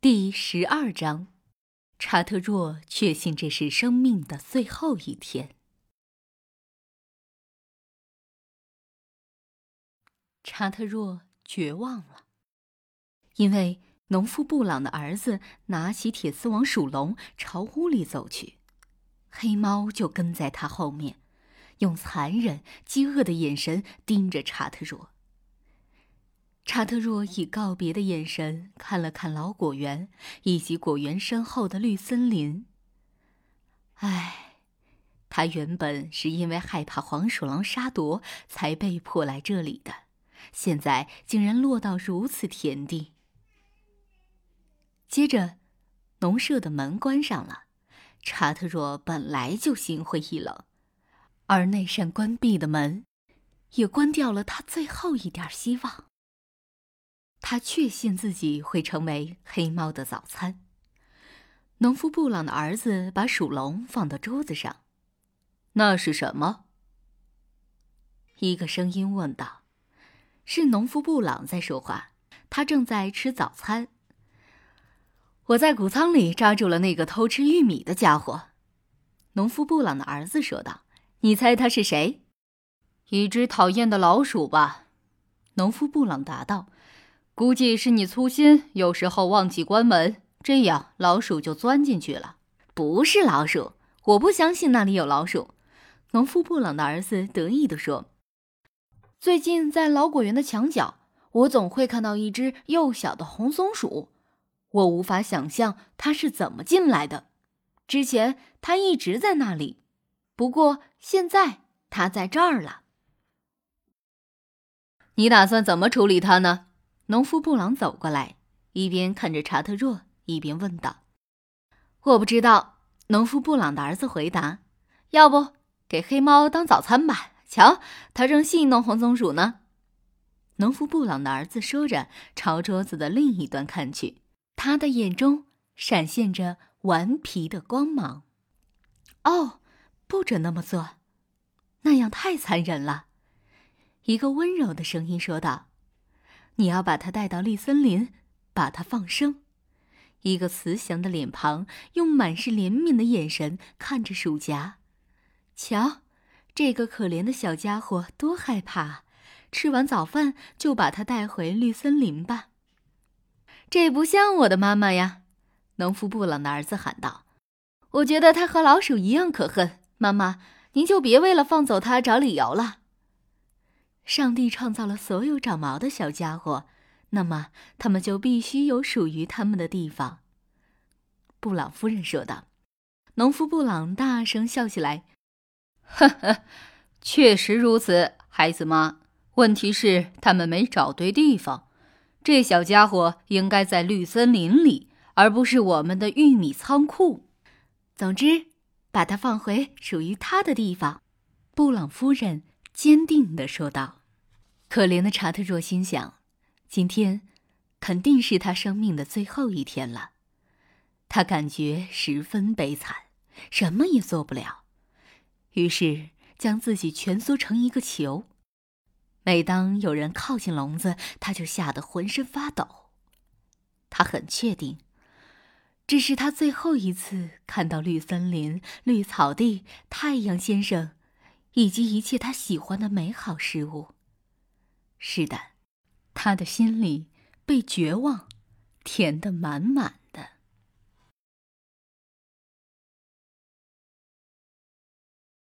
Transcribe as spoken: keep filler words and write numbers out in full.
第十二章，查特若确信这是生命的最后一天。查特若绝望了，因为农夫布朗的儿子拿起铁丝网属笼朝屋里走去，黑猫就跟在他后面，用残忍、饥饿的眼神盯着查特若。查特若以告别的眼神看了看老果园以及果园身后的绿森林。唉，他原本是因为害怕黄鼠狼杀夺才被迫来这里的，现在竟然落到如此田地。接着，农舍的门关上了，查特若本来就心灰意冷，而那扇关闭的门也关掉了他最后一点希望。他确信自己会成为黑猫的早餐。农夫布朗的儿子把鼠笼放到桌子上。那是什么？一个声音问道。是农夫布朗在说话，他正在吃早餐。我在谷仓里抓住了那个偷吃玉米的家伙，农夫布朗的儿子说道。你猜他是谁？一只讨厌的老鼠吧，农夫布朗答道。估计是你粗心，有时候忘记关门，这样老鼠就钻进去了。不是老鼠，我不相信那里有老鼠，农夫布朗的儿子得意地说。最近在老果园的墙角，我总会看到一只幼小的红松鼠，我无法想象它是怎么进来的。之前它一直在那里，不过现在它在这儿了。你打算怎么处理它呢？农夫布朗走过来，一边看着查特若，一边问道。我不知道，农夫布朗的儿子回答。要不给黑猫当早餐吧，瞧，他正戏弄红松鼠呢。农夫布朗的儿子说着，朝桌子的另一端看去，他的眼中闪现着顽皮的光芒。哦，不准那么做，那样太残忍了。一个温柔的声音说道。你要把它带到绿森林，把它放生。一个慈祥的脸庞用满是怜悯的眼神看着鼠夹。瞧，这个可怜的小家伙多害怕，吃完早饭就把它带回绿森林吧。这不像我的妈妈呀，农夫布朗的儿子喊道。我觉得他和老鼠一样可恨，妈妈，您就别为了放走他找理由了。上帝创造了所有长毛的小家伙，那么他们就必须有属于他们的地方。布朗夫人说道。农夫布朗大声笑起来。呵呵，确实如此，孩子妈。问题是他们没找对地方。这小家伙应该在绿森林里，而不是我们的玉米仓库。总之，把它放回属于他的地方。布朗夫人坚定地说道。可怜的查特若心想，今天肯定是他生命的最后一天了。他感觉十分悲惨，什么也做不了，于是将自己蜷缩成一个球。每当有人靠近笼子，他就吓得浑身发抖。他很确定，这是他最后一次看到绿森林、绿草地、太阳先生以及一切他喜欢的美好事物。是的，他的心里被绝望填得满满。